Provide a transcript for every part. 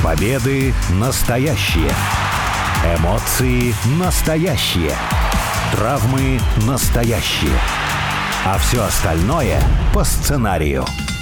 Победы настоящие. Эмоции настоящие. Травмы настоящие. А все остальное по сценарию.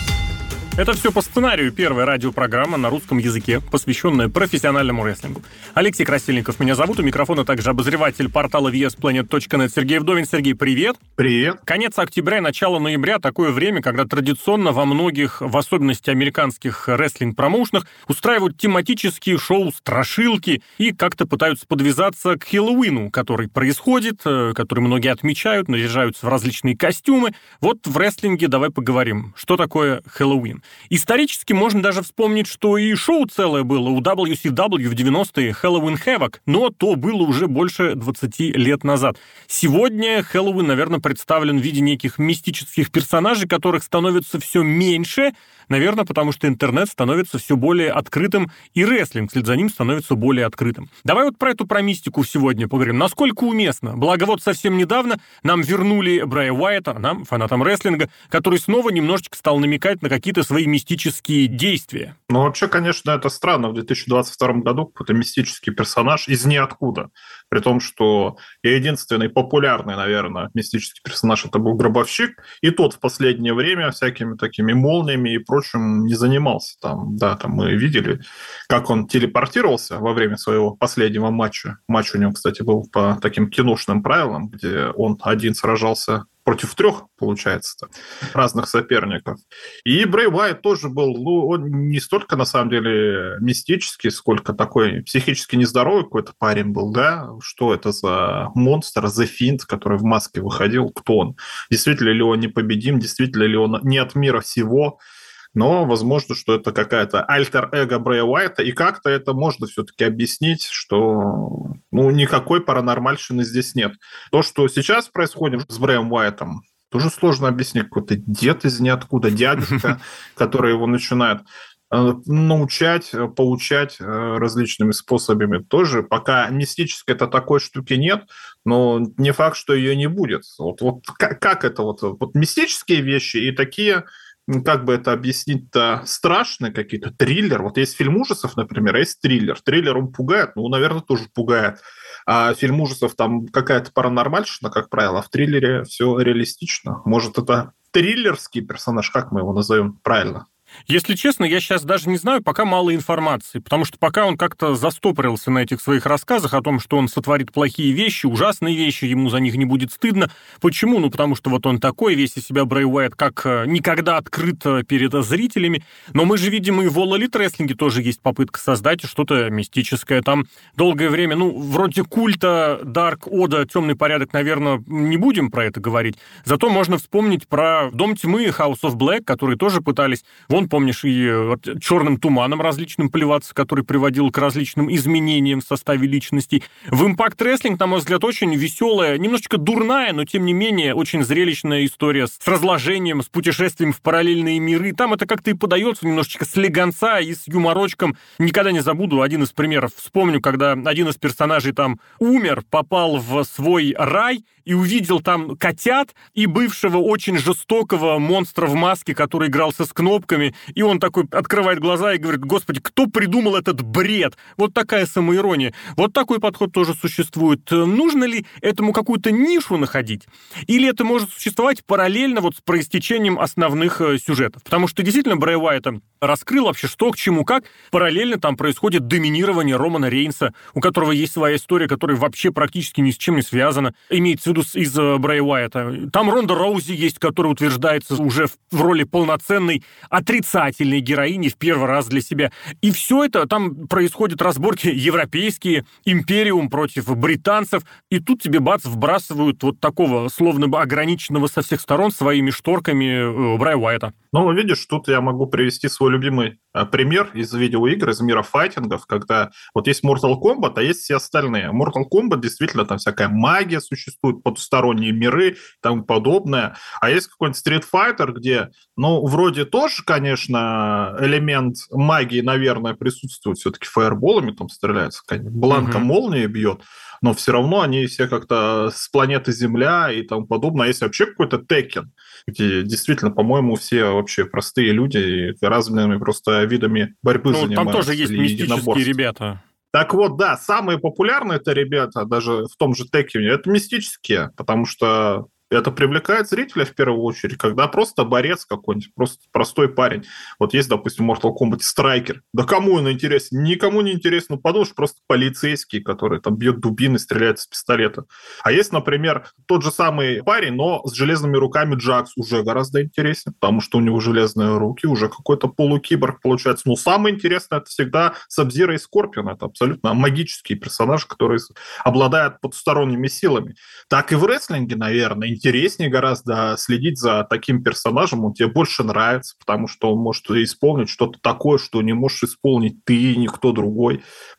Это все по сценарию. Первая радиопрограмма на русском языке, посвященная профессиональному рестлингу. Алексей Красильников меня зовут. У микрофона также обозреватель портала VSPlanet.net Сергей Вдовин. Сергей, привет. Привет. Конец октября, начало ноября — такое время, когда традиционно во многих, в особенности американских рестлинг-промоушенах, устраивают тематические шоу, страшилки и как-то пытаются подвязаться к Хэллоуину, который происходит, который многие отмечают, наряжаются в различные костюмы. Вот в рестлинге давай поговорим, что такое Хэллоуин. Исторически можно даже вспомнить, что и шоу целое было у WCW в 90-е Halloween Havoc, но то было уже больше 20 лет назад. Сегодня Хэллоуин, наверное, представлен в виде неких мистических персонажей, которых становится все меньше, наверное, потому что интернет становится все более открытым, и рестлинг вслед за ним становится более открытым. Давай вот про мистику сегодня поговорим. Насколько уместно? Благо вот совсем недавно нам вернули Брая Уайта, нам, фанатам рестлинга, который снова немножечко стал намекать на какие-то свои мистические действия. Ну, вообще, конечно, это странно. В 2022 году какой-то мистический персонаж из ниоткуда. При том, что единственный популярный, наверное, мистический персонаж — это был Гробовщик. И тот в последнее время всякими такими молниями и прочим не занимался. Там мы видели, как он телепортировался во время своего последнего матча. Матч у него, кстати, был по таким киношным правилам, где он один сражался против 3, получается, разных соперников. И Брэй Уайт тоже был, он не столько, на самом деле, мистический, сколько такой психически нездоровый какой-то парень был, да? Что это за монстр, за финт, который в маске выходил, кто он? Действительно ли он непобедим, действительно ли он не от мира всего? Но возможно, что это какая-то альтер-эго Брэя Уайта, и как-то это можно все-таки объяснить, что никакой паранормальщины здесь нет. То, что сейчас происходит с Брэем Уайтом, тоже сложно объяснить. Какой-то дед из ниоткуда, дядюшка, который его начинает научать, поучать различными способами. Тоже пока мистической это такой штуки нет, но не факт, что ее не будет. Вот как это вот мистические вещи и такие... Как бы это объяснить-то, страшные какие-то, триллер. Вот есть фильм ужасов, например, а есть триллер. Триллер, он пугает, наверное, тоже пугает. А фильм ужасов, там какая-то паранормальщина, как правило, а в триллере все реалистично. Может, это триллерский персонаж, как мы его назовем правильно? Если честно, я сейчас даже не знаю, пока мало информации, потому что пока он как-то застопорился на этих своих рассказах о том, что он сотворит плохие вещи, ужасные вещи, ему за них не будет стыдно. Почему? Потому что вот он такой, весь из себя Брэй Уайт, как никогда открыт перед зрителями. Но мы же видим и в All Elite Wrestling тоже есть попытка создать что-то мистическое. Там долгое время, вроде культа Dark Order, Темный порядок, наверное, не будем про это говорить. Зато можно вспомнить про Дом тьмы, House of Black, которые тоже пытались... Вон, помнишь, и черным туманом различным плеваться, который приводил к различным изменениям в составе личностей. В Impact Wrestling, на мой взгляд, очень веселая, немножечко дурная, но, тем не менее, очень зрелищная история с разложением, с путешествием в параллельные миры. Там это как-то и подается немножечко слегонца и с юморочком. Никогда не забуду один из примеров. Вспомню, когда один из персонажей там умер, попал в свой рай и увидел там котят и бывшего очень жестокого монстра в маске, который игрался с кнопками. И он такой открывает глаза и говорит: «Господи, кто придумал этот бред?» Вот такая самоирония. Вот такой подход тоже существует. Нужно ли этому какую-то нишу находить? Или это может существовать параллельно вот с проистечением основных сюжетов? Потому что действительно Брэй Уайта раскрыл вообще что, к чему, как. Параллельно там происходит доминирование Романа Рейнса, у которого есть своя история, которая вообще практически ни с чем не связана. Имеется в виду из Брэй Уайта. Там Ронда Роузи есть, которая утверждается уже в роли полноценной отрицательной героини в первый раз для себя. И все это, там происходят разборки европейские, империум против британцев, и тут тебе бац, вбрасывают вот такого, словно бы ограниченного со всех сторон своими шторками Брая Уайта. Видишь, тут я могу привести свой любимый пример из видеоигр, из мира файтингов, когда вот есть Mortal Kombat, а есть все остальные. Mortal Kombat действительно там всякая магия существует, потусторонние миры и тому подобное. А есть какой-нибудь Street Fighter, где, вроде тоже, конечно, элемент магии, наверное, присутствует. Все-таки фаерболами там стреляются, бланка молнии бьет, но все равно они все как-то с планеты Земля и тому подобное. А есть вообще какой-то Tekken, где действительно, по-моему, все вообще простые люди и разными просто видами борьбы занимаются. Там тоже есть мистические ребята. Так вот, да, самые популярные это ребята, даже в том же Теккене, это мистические, потому что это привлекает зрителя в первую очередь, когда просто борец какой-нибудь, просто простой парень. Вот есть, допустим, в Mortal Kombat Страйкер. Да кому он интересен? Никому не интересно. Ну, подумаешь, просто полицейский, который там бьет дубины, стреляет из пистолета. А есть, например, тот же самый парень, но с железными руками Джакс уже гораздо интереснее, потому что у него железные руки, уже какой-то полукиборг получается. Но самое интересное это всегда Саб-Зиро и Скорпион. Это абсолютно магические персонажи, которые обладают потусторонними силами. Так и в рестлинге, наверное, интереснее гораздо следить за таким персонажем, он тебе больше нравится, потому что он может исполнить что-то такое, что не можешь исполнить ты и никто другой.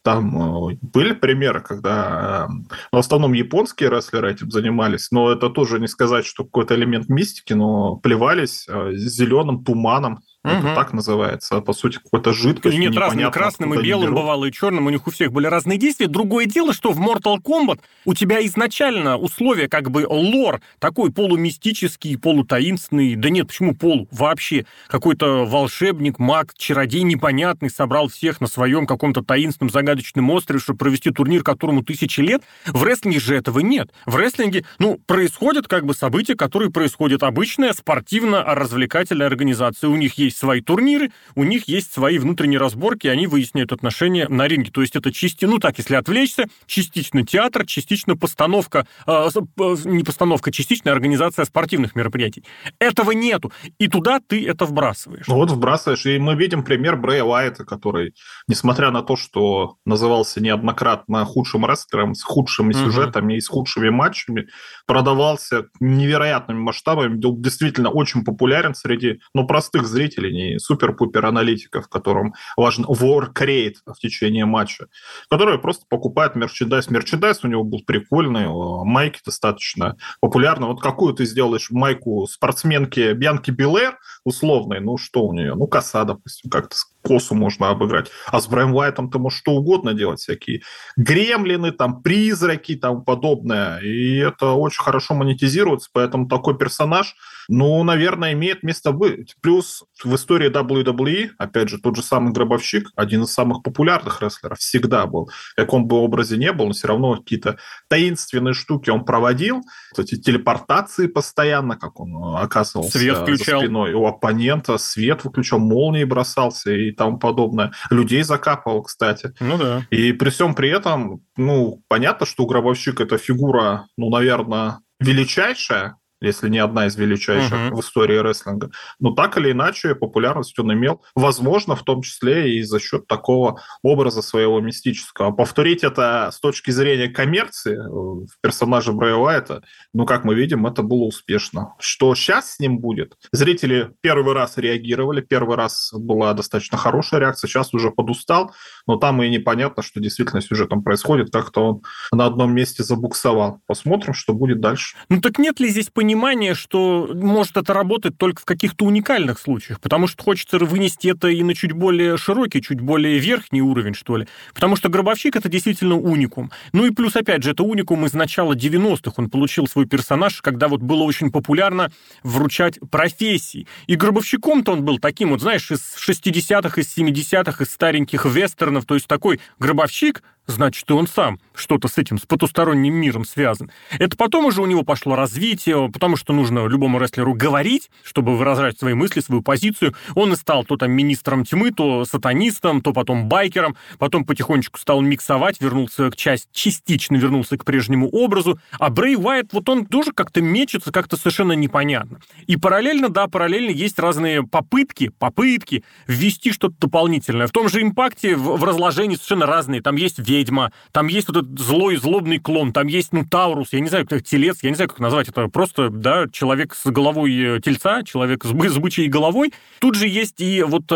Там были примеры, когда в основном японские рестлеры этим занимались, но это тоже не сказать, что какой-то элемент мистики, но плевались зеленым туманом. Это так называется, по сути, какой-то жидкость. Нет, разным красным и белым бывало, и черным, у них у всех были разные действия. Другое дело, что в Mortal Kombat у тебя изначально условия, как бы лор, такой полумистический, полутаинственный, да нет, почему полу? Вообще какой-то волшебник, маг, чародей непонятный собрал всех на своем каком-то таинственном, загадочном острове, чтобы провести турнир, которому 1000 лет. В рестлинге же этого нет. В рестлинге, происходят как бы события, которые происходят. Обычная спортивно-развлекательная организация. У них есть свои турниры, у них есть свои внутренние разборки, они выясняют отношения на ринге. То есть это если отвлечься, частично театр, частично постановка, не постановка, частичная организация спортивных мероприятий. Этого нету. И туда ты это вбрасываешь. Вот вбрасываешь. И мы видим пример Брэя Уайта, который, несмотря на то, что назывался неоднократно худшим рестлером, с худшими сюжетами и с худшими матчами, продавался невероятными масштабами, был действительно очень популярен среди простых зрителей, не супер-пупер аналитиков, которым важен work-rate в течение матча, которые просто покупают мерчендайз. Мерчендайз у него был прикольный, майки достаточно популярны. Вот какую ты сделаешь майку спортсменки Бьянки Белэр условной, что у нее? Коса, допустим, как-то косу можно обыграть. А с Брэем Уайтом ты можешь что угодно делать, всякие гремлины, там, призраки и тому подобное. И это очень хорошо монетизируется, поэтому такой персонаж, наверное, имеет место быть. Плюс в истории WWE, опять же, тот же самый Гробовщик, один из самых популярных рестлеров, всегда был. В каком бы образе не был, но все равно какие-то таинственные штуки он проводил. Эти телепортации постоянно, как он оказывался свет включал за спиной у оппонента, свет выключал, молнии бросался и тому подобное. Людей закапывал, кстати. Да. И при всем при этом, понятно, что Гробовщик – это фигура, наверное, величайшая, если не одна из величайших в истории рестлинга. Но так или иначе популярность он имел, возможно, в том числе и за счет такого образа своего мистического. Повторить это с точки зрения коммерции в персонаже Брэя Уайта, как мы видим, это было успешно. Что сейчас с ним будет? Зрители первый раз реагировали, первый раз была достаточно хорошая реакция, сейчас уже подустал, но там и непонятно, что действительно с сюжетом происходит, как-то он на одном месте забуксовал. Посмотрим, что будет дальше. Так нет ли здесь понимание, что может это работать только в каких-то уникальных случаях, потому что хочется вынести это и на чуть более широкий, чуть более верхний уровень, что ли. Потому что Гробовщик — это действительно уникум. И плюс, опять же, это уникум из начала 90-х. Он получил свой персонаж, когда было очень популярно вручать профессии. И Гробовщиком-то он был таким, из 60-х, из 70-х, из стареньких вестернов, то есть такой Гробовщик, значит, и он сам что-то с этим, с потусторонним миром связан. Это потом уже у него пошло развитие, потому что нужно любому рестлеру говорить, чтобы выражать свои мысли, свою позицию. Он и стал то министром тьмы, то сатанистом, то потом байкером, потом потихонечку стал миксовать, частично вернулся к прежнему образу. А Брэй Уайт, он тоже как-то мечется, как-то совершенно непонятно. И параллельно есть разные попытки ввести что-то дополнительное. В том же Импакте в разложении совершенно разные. Там есть ведьма, там есть этот злой, злобный клон, там есть, Таурус, я не знаю, телец, я не знаю, как назвать это, просто, человек с головой тельца, человек с бычьей головой. Тут же есть и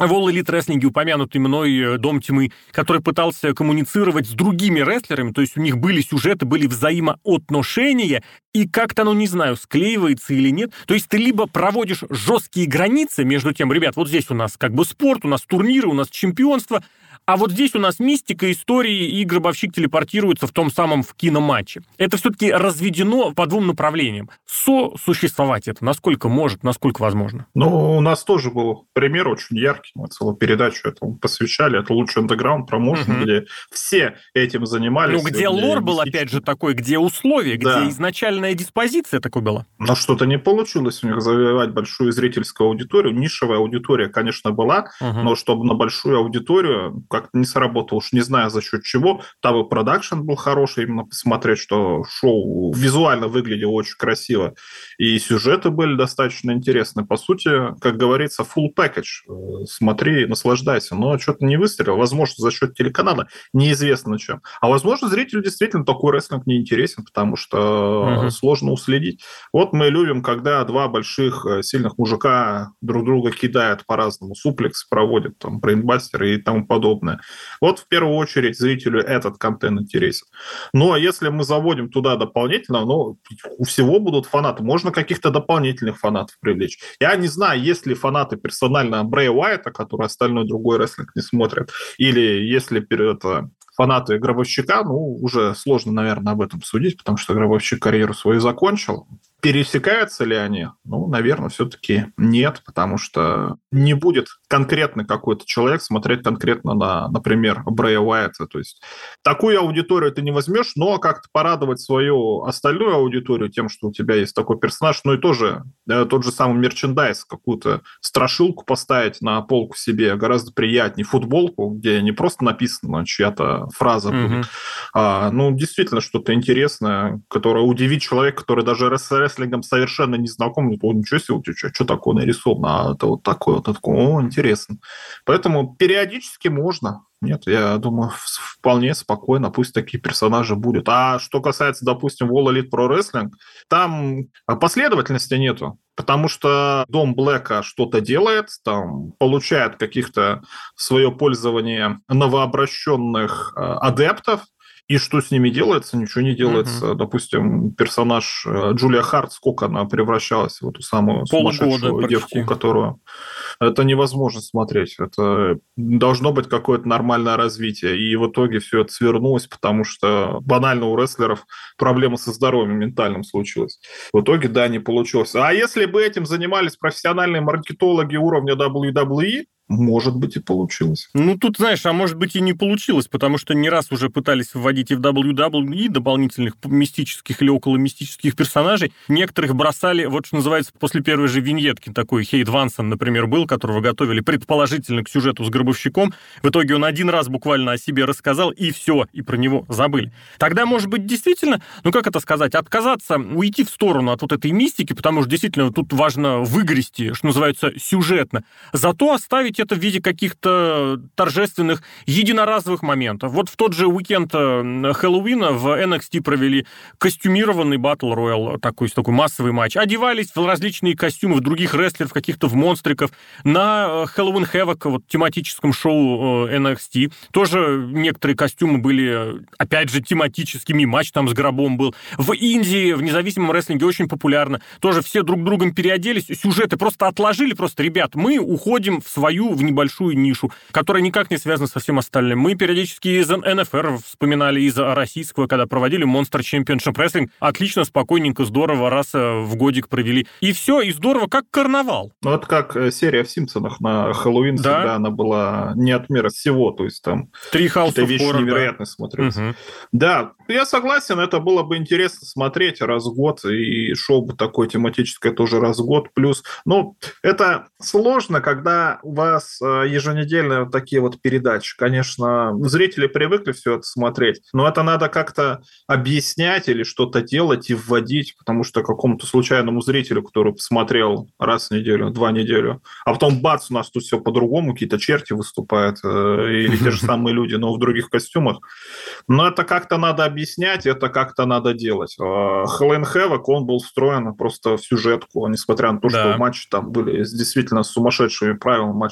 в All Elite Wrestling упомянутый мной Дом Тьмы, который пытался коммуницировать с другими рестлерами, то есть у них были сюжеты, были взаимоотношения, и как-то, не знаю, склеивается или нет. То есть ты либо проводишь жесткие границы между тем, ребят, вот здесь у нас как бы спорт, у нас турниры, у нас чемпионство, а вот здесь у нас мистика, истории, и Гробовщик телепортируется в том самом в киноматче. Это все-таки разведено по двум направлениям. Сосуществовать это насколько может, насколько возможно? Ну, у нас тоже был пример очень яркий. Мы целую передачу этому посвящали. Это лучший андеграунд промоушен, где все этим занимались. Ну, где лор был, опять же, такой, где условия, где изначальная диспозиция такой была. Но что-то не получилось у них завоевать большую зрительскую аудиторию. Нишевая аудитория, конечно, была, но чтобы на большую аудиторию как-то не сработало. Уж не знаю, за счет чего. Там и продакшн был хороший, именно посмотреть, что шоу визуально выглядело очень красиво. И сюжеты были достаточно интересны. По сути, как говорится, full package. Смотри, наслаждайся. Но что-то не выстрелил. Возможно, за счет телеканала. Неизвестно чем. А возможно, зрителю действительно такой рестлинг не интересен, потому что сложно уследить. Вот мы любим, когда два больших сильных мужика друг друга кидают по-разному. Суплекс проводят, там, брейнбастеры и тому подобное. Вот в первую очередь зрителю этот контент интересен. Ну, а если мы заводим туда дополнительно, ну, у всего будут фанаты. Можно каких-то дополнительных фанатов привлечь. Я не знаю, есть ли фанаты персонально Брэя Уайта, который остальной другой рестлинг не смотрят, или если это фанаты Гробовщика, ну, уже сложно, наверное, об этом судить, потому что Гробовщик карьеру свою закончил. Пересекаются ли они? Ну, наверное, все-таки нет, потому что не будет конкретно какой-то человек смотреть конкретно на, например, Брэя Уайта. То есть такую аудиторию ты не возьмешь, но как-то порадовать свою остальную аудиторию тем, что у тебя есть такой персонаж, ну и тоже тот же самый мерчендайз, какую-то страшилку поставить на полку себе гораздо приятнее. Футболку, где не просто написано чья-то фраза будет, ну, действительно что-то интересное, которое удивит человека, который даже с рестлингом совершенно не знаком, ничего себе, что такое нарисовано, а это вот такое, о, интересно. Поэтому периодически можно. Нет, я думаю, вполне спокойно, пусть такие персонажи будут. А что касается, допустим, All Elite Pro Wrestling, там последовательности нету. Потому что Дом Блэка что-то делает, там получает каких-то в свое пользование новообращенных адептов, и что с ними делается? Ничего не делается. Допустим, персонаж Джулия Харт, сколько она превращалась в эту самую сумасшедшую девку, которую... Это невозможно смотреть. Это должно быть какое-то нормальное развитие. И в итоге все это свернулось, потому что банально у рестлеров проблема со здоровьем ментальным случилась. В итоге, да, не получилось. А если бы этим занимались профессиональные маркетологи уровня WWE, может быть, и получилось. Ну, тут, знаешь, а может быть и не получилось, потому что не раз уже пытались вводить и в WWE дополнительных мистических или околомистических персонажей. Некоторых бросали, вот что называется, после первой же виньетки. Такой Хейт Вансон, например, был, которого готовили предположительно к сюжету с Гробовщиком. В итоге он один раз буквально о себе рассказал, и все, и про него забыли. Тогда, может быть, действительно, ну, как это сказать, отказаться, уйти в сторону от вот этой мистики, потому что действительно тут важно выгрести, что называется, сюжетно. Зато оставить это в виде каких-то торжественных, единоразовых моментов. Вот в тот же уикенд Хэллоуина в NXT провели костюмированный Battle Royale, такой массовый матч. Одевались в различные костюмы, в других рестлеров, каких-то в монстриков. На Halloween Havoc, вот тематическом шоу NXT, тоже некоторые костюмы были, опять же, тематическими. Матч там с гробом был. В Индии, в независимом рестлинге очень популярно. Тоже все друг другом переоделись, сюжеты просто отложили, просто, ребят, мы уходим в небольшую нишу, которая никак не связана со всем остальным. Мы периодически из НФР вспоминали, из российского, когда проводили Monster Championship Wrestling. Отлично, спокойненько, здорово, раз в годик провели. И все, и здорово, как карнавал. Ну, это как серия в «Симпсонах» на Хэллоуин, да? Всегда она была не от мира сего, то есть там какие-то вещи невероятные смотрелись. Да, я согласен, это было бы интересно смотреть раз в год, и шоу бы такое тематическое тоже раз в год. Плюс, ну, это сложно, когда у вас еженедельно такие вот передачи. Конечно, зрители привыкли все это смотреть, но это надо как-то объяснять или что-то делать и вводить, потому что какому-то случайному зрителю, который посмотрел раз в неделю, 2 недели, а потом бац, у нас тут все по-другому, какие-то черти выступают, или те же самые люди, но в других костюмах. Но это как-то надо объяснять, это как-то надо делать. Halloween Havoc, он был встроен просто в сюжетку, несмотря на то, что матчи там были действительно с сумасшедшими правилами, матч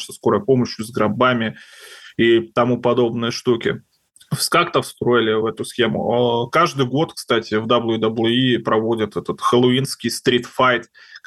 со скорой помощью, с гробами и тому подобные штуки. Как-то встроили в эту схему. Каждый год, кстати, в WWE проводят этот хэллоуинский стрит-файт,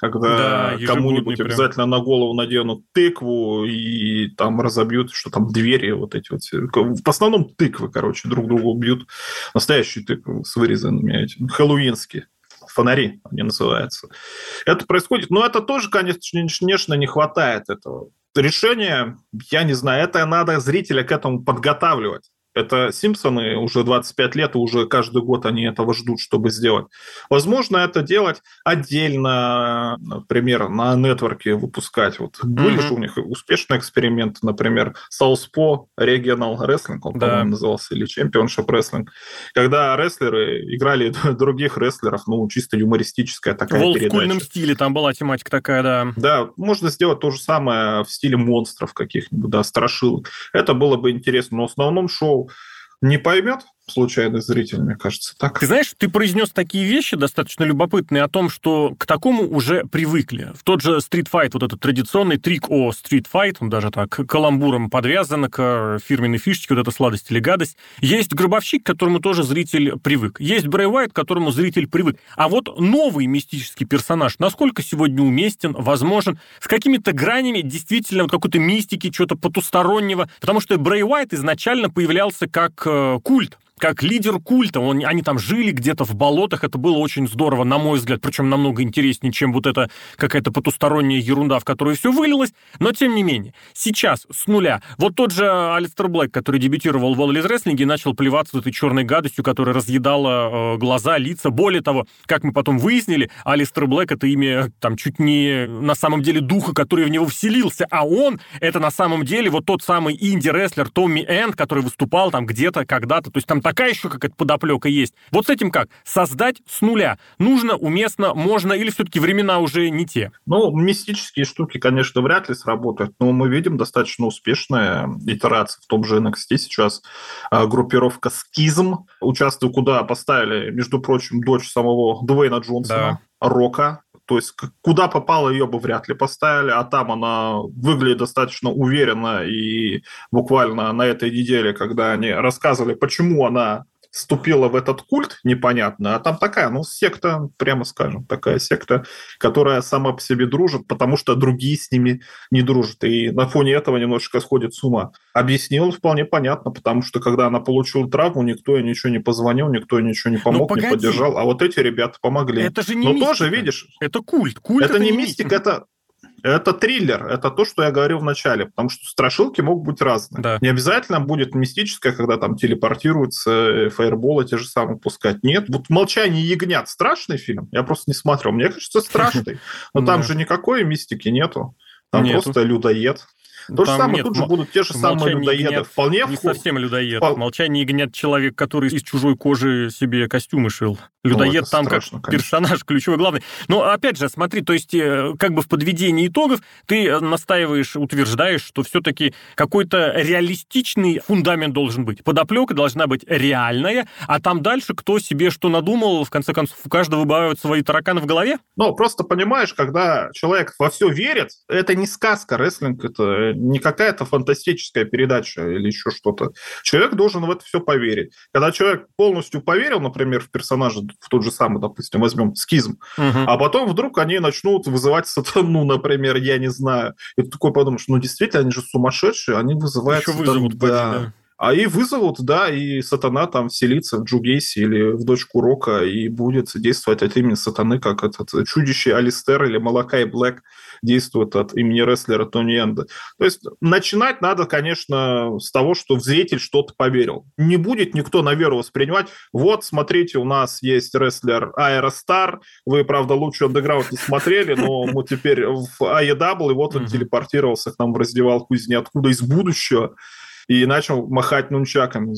когда кому-нибудь обязательно на голову наденут тыкву и там разобьют, что там двери вот эти вот. В основном тыквы, короче, друг друга убьют. Настоящие тыквы с вырезанными этими. Хэллоуинские. Фонари они называются. Это происходит. Но это тоже, конечно, не хватает этого. Решение, я не знаю, это надо зрителя к этому подготавливать. Это «Симпсоны» уже 25 лет, и уже каждый год они этого ждут, чтобы сделать. Возможно, это делать отдельно, например, на нетворке выпускать. Вот были же у них успешные эксперименты, например, Southpaw Regional Wrestling, он, по-моему, назывался, или Championship Wrestling, когда рестлеры играли других рестлеров, чисто юмористическая такая передача. В олдскульном стиле там была тематика такая, да. Да, можно сделать то же самое в стиле монстров каких-нибудь, да, страшилок. Это было бы интересно, но в основном шоу не поймет случайный зритель, мне кажется, так. Ты знаешь, ты произнес такие вещи достаточно любопытные о том, что к такому уже привыкли. В тот же стрит-файт, вот этот традиционный трик о стрит-файт, он даже так каламбуром подвязан к фирменной фишечке, вот эта сладость или гадость. Есть гробовщик, к которому тоже зритель привык. Есть Брэй Уайт, к которому зритель привык. А вот новый мистический персонаж, насколько сегодня уместен, возможен, с какими-то гранями действительно вот какой-то мистики, чего-то потустороннего. Потому что Брэй Уайт изначально появлялся как культ, как лидер культа. Они там жили где-то в болотах, это было очень здорово, на мой взгляд, причем намного интереснее, чем вот эта какая-то потусторонняя ерунда, в которую все вылилось, но тем не менее. Сейчас, с нуля, вот тот же Алистер Блэк, который дебютировал в All Elite Wrestling и начал плеваться этой черной гадостью, которая разъедала глаза, лица. Более того, как мы потом выяснили, Алистер Блэк — это имя там чуть не на самом деле духа, который в него вселился, а он — это на самом деле вот тот самый инди-рестлер Томми Энд, который выступал там где-то, когда-то, то есть там такая еще какая-то подоплека есть. Вот с этим как? Создать с нуля. Нужно, уместно, можно, или все-таки времена уже не те? Мистические штуки, конечно, вряд ли сработают, но мы видим достаточно успешные итерации в том же NXT сейчас. Группировка Schism, участвует, куда поставили, между прочим, дочь самого Дуэйна Джонсона, Рока. То есть куда попало, ее бы вряд ли поставили, а там она выглядит достаточно уверенно, и буквально на этой неделе, когда они рассказывали, почему она вступила в этот культ, непонятно, а там такая, секта, прямо скажем, такая секта, которая сама по себе дружит, потому что другие с ними не дружат, и на фоне этого немножечко сходит с ума. Объяснил вполне понятно, потому что когда она получила травму, никто ей ничего не позвонил, никто ей ничего не помог, не поддержал, а вот эти ребята помогли. Это же не мистика. Тоже, видишь... Это культ. Это не мистика, это триллер, это то, что я говорил в начале, потому что страшилки могут быть разные. Да. Не обязательно будет мистическое, когда там телепортируются, фаерболы те же самые пускать. Нет, вот «Молчание ягнят» страшный фильм, я просто не смотрел, мне кажется, страшный, но там же никакой мистики нету, там просто людоед. То же самое, тут же будут те же самые людоеды. Вполне не совсем людоед. «Молчание ягнят» — человек, который из чужой кожи себе костюмы шил. Людоед там страшно, как персонаж ключевой, главный. Но опять же, смотри, то есть как бы в подведении итогов ты настаиваешь, утверждаешь, что все-таки какой-то реалистичный фундамент должен быть. Подоплека должна быть реальная, а там дальше кто себе что надумал, в конце концов, у каждого бывают свои тараканы в голове? Просто понимаешь, когда человек во все верит, это не сказка, рестлинг, это не какая-то фантастическая передача или еще что-то. Человек должен в это все поверить. Когда человек полностью поверил, например, в персонажа, в тот же самый, допустим, возьмем Schism, а потом вдруг они начнут вызывать сатану, например, я не знаю. И ты такой подумаешь, действительно, они же сумасшедшие, они вызывают сатану. Вызовут, да. А и вызовут, да, и сатана там вселится в Джу Гейси или в дочку Рока и будет действовать от имени сатаны, как этот чудище Алистер или Малакай Блэк действует от имени рестлера Тони Энда. То есть начинать надо, конечно, с того, что зритель что-то поверил. Не будет никто на веру воспринимать. Вот, смотрите, у нас есть рестлер Аэростар, вы, правда, лучше Underground не смотрели, но мы теперь в AEW, и вот он телепортировался к нам в раздевалку из ниоткуда, из будущего, и начал махать нунчаками.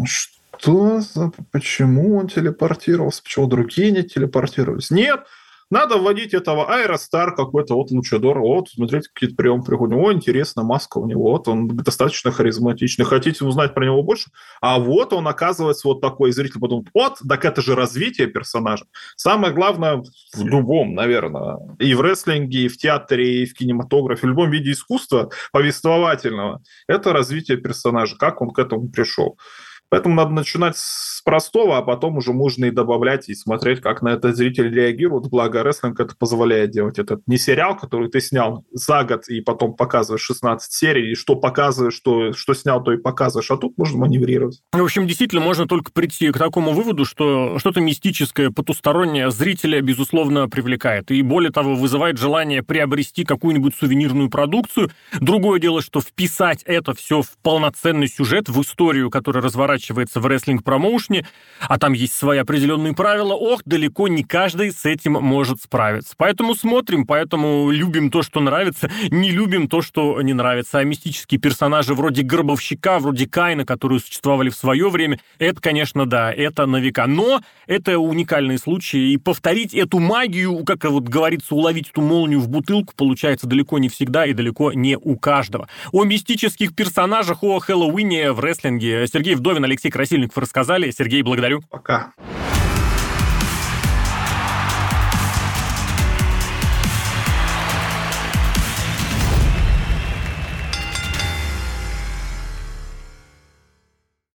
Что? Почему он телепортировался? Почему другие не телепортировались? Нет! Надо вводить этого Аэростар какой-то, вот Лучадор, вот, смотрите, какие-то приемы приходят. О, интересно, маска у него, вот, он достаточно харизматичный. Хотите узнать про него больше? А вот он, оказывается, вот такой. Зритель подумает, вот, так это же развитие персонажа. Самое главное в любом, наверное, и в рестлинге, и в театре, и в кинематографе, в любом виде искусства повествовательного, это развитие персонажа, как он к этому пришел. Поэтому надо начинать с простого, а потом уже можно и добавлять, и смотреть, как на это зрители реагируют. Благо, рестлинг это позволяет делать. Это не сериал, который ты снял за год и потом показываешь 16 серий, и что показываешь, что снял, то и показываешь. А тут можно маневрировать. В общем, действительно, можно только прийти к такому выводу, что что-то мистическое, потустороннее зрителя, безусловно, привлекает. И более того, вызывает желание приобрести какую-нибудь сувенирную продукцию. Другое дело, что вписать это все в полноценный сюжет, в историю, которая разворачивается в рестлинг-промоушне, а там есть свои определенные правила, далеко не каждый с этим может справиться. Поэтому смотрим, поэтому любим то, что нравится, не любим то, что не нравится. А мистические персонажи вроде Гробовщика, вроде Каина, которые существовали в свое время, это, конечно, да, это на века. Но это уникальные случаи, и повторить эту магию, как вот говорится, уловить эту молнию в бутылку, получается далеко не всегда и далеко не у каждого. О мистических персонажах, о Хэллоуине в рестлинге Сергей Вдовин, Алексей Красильников рассказали. Сергей, благодарю. Пока.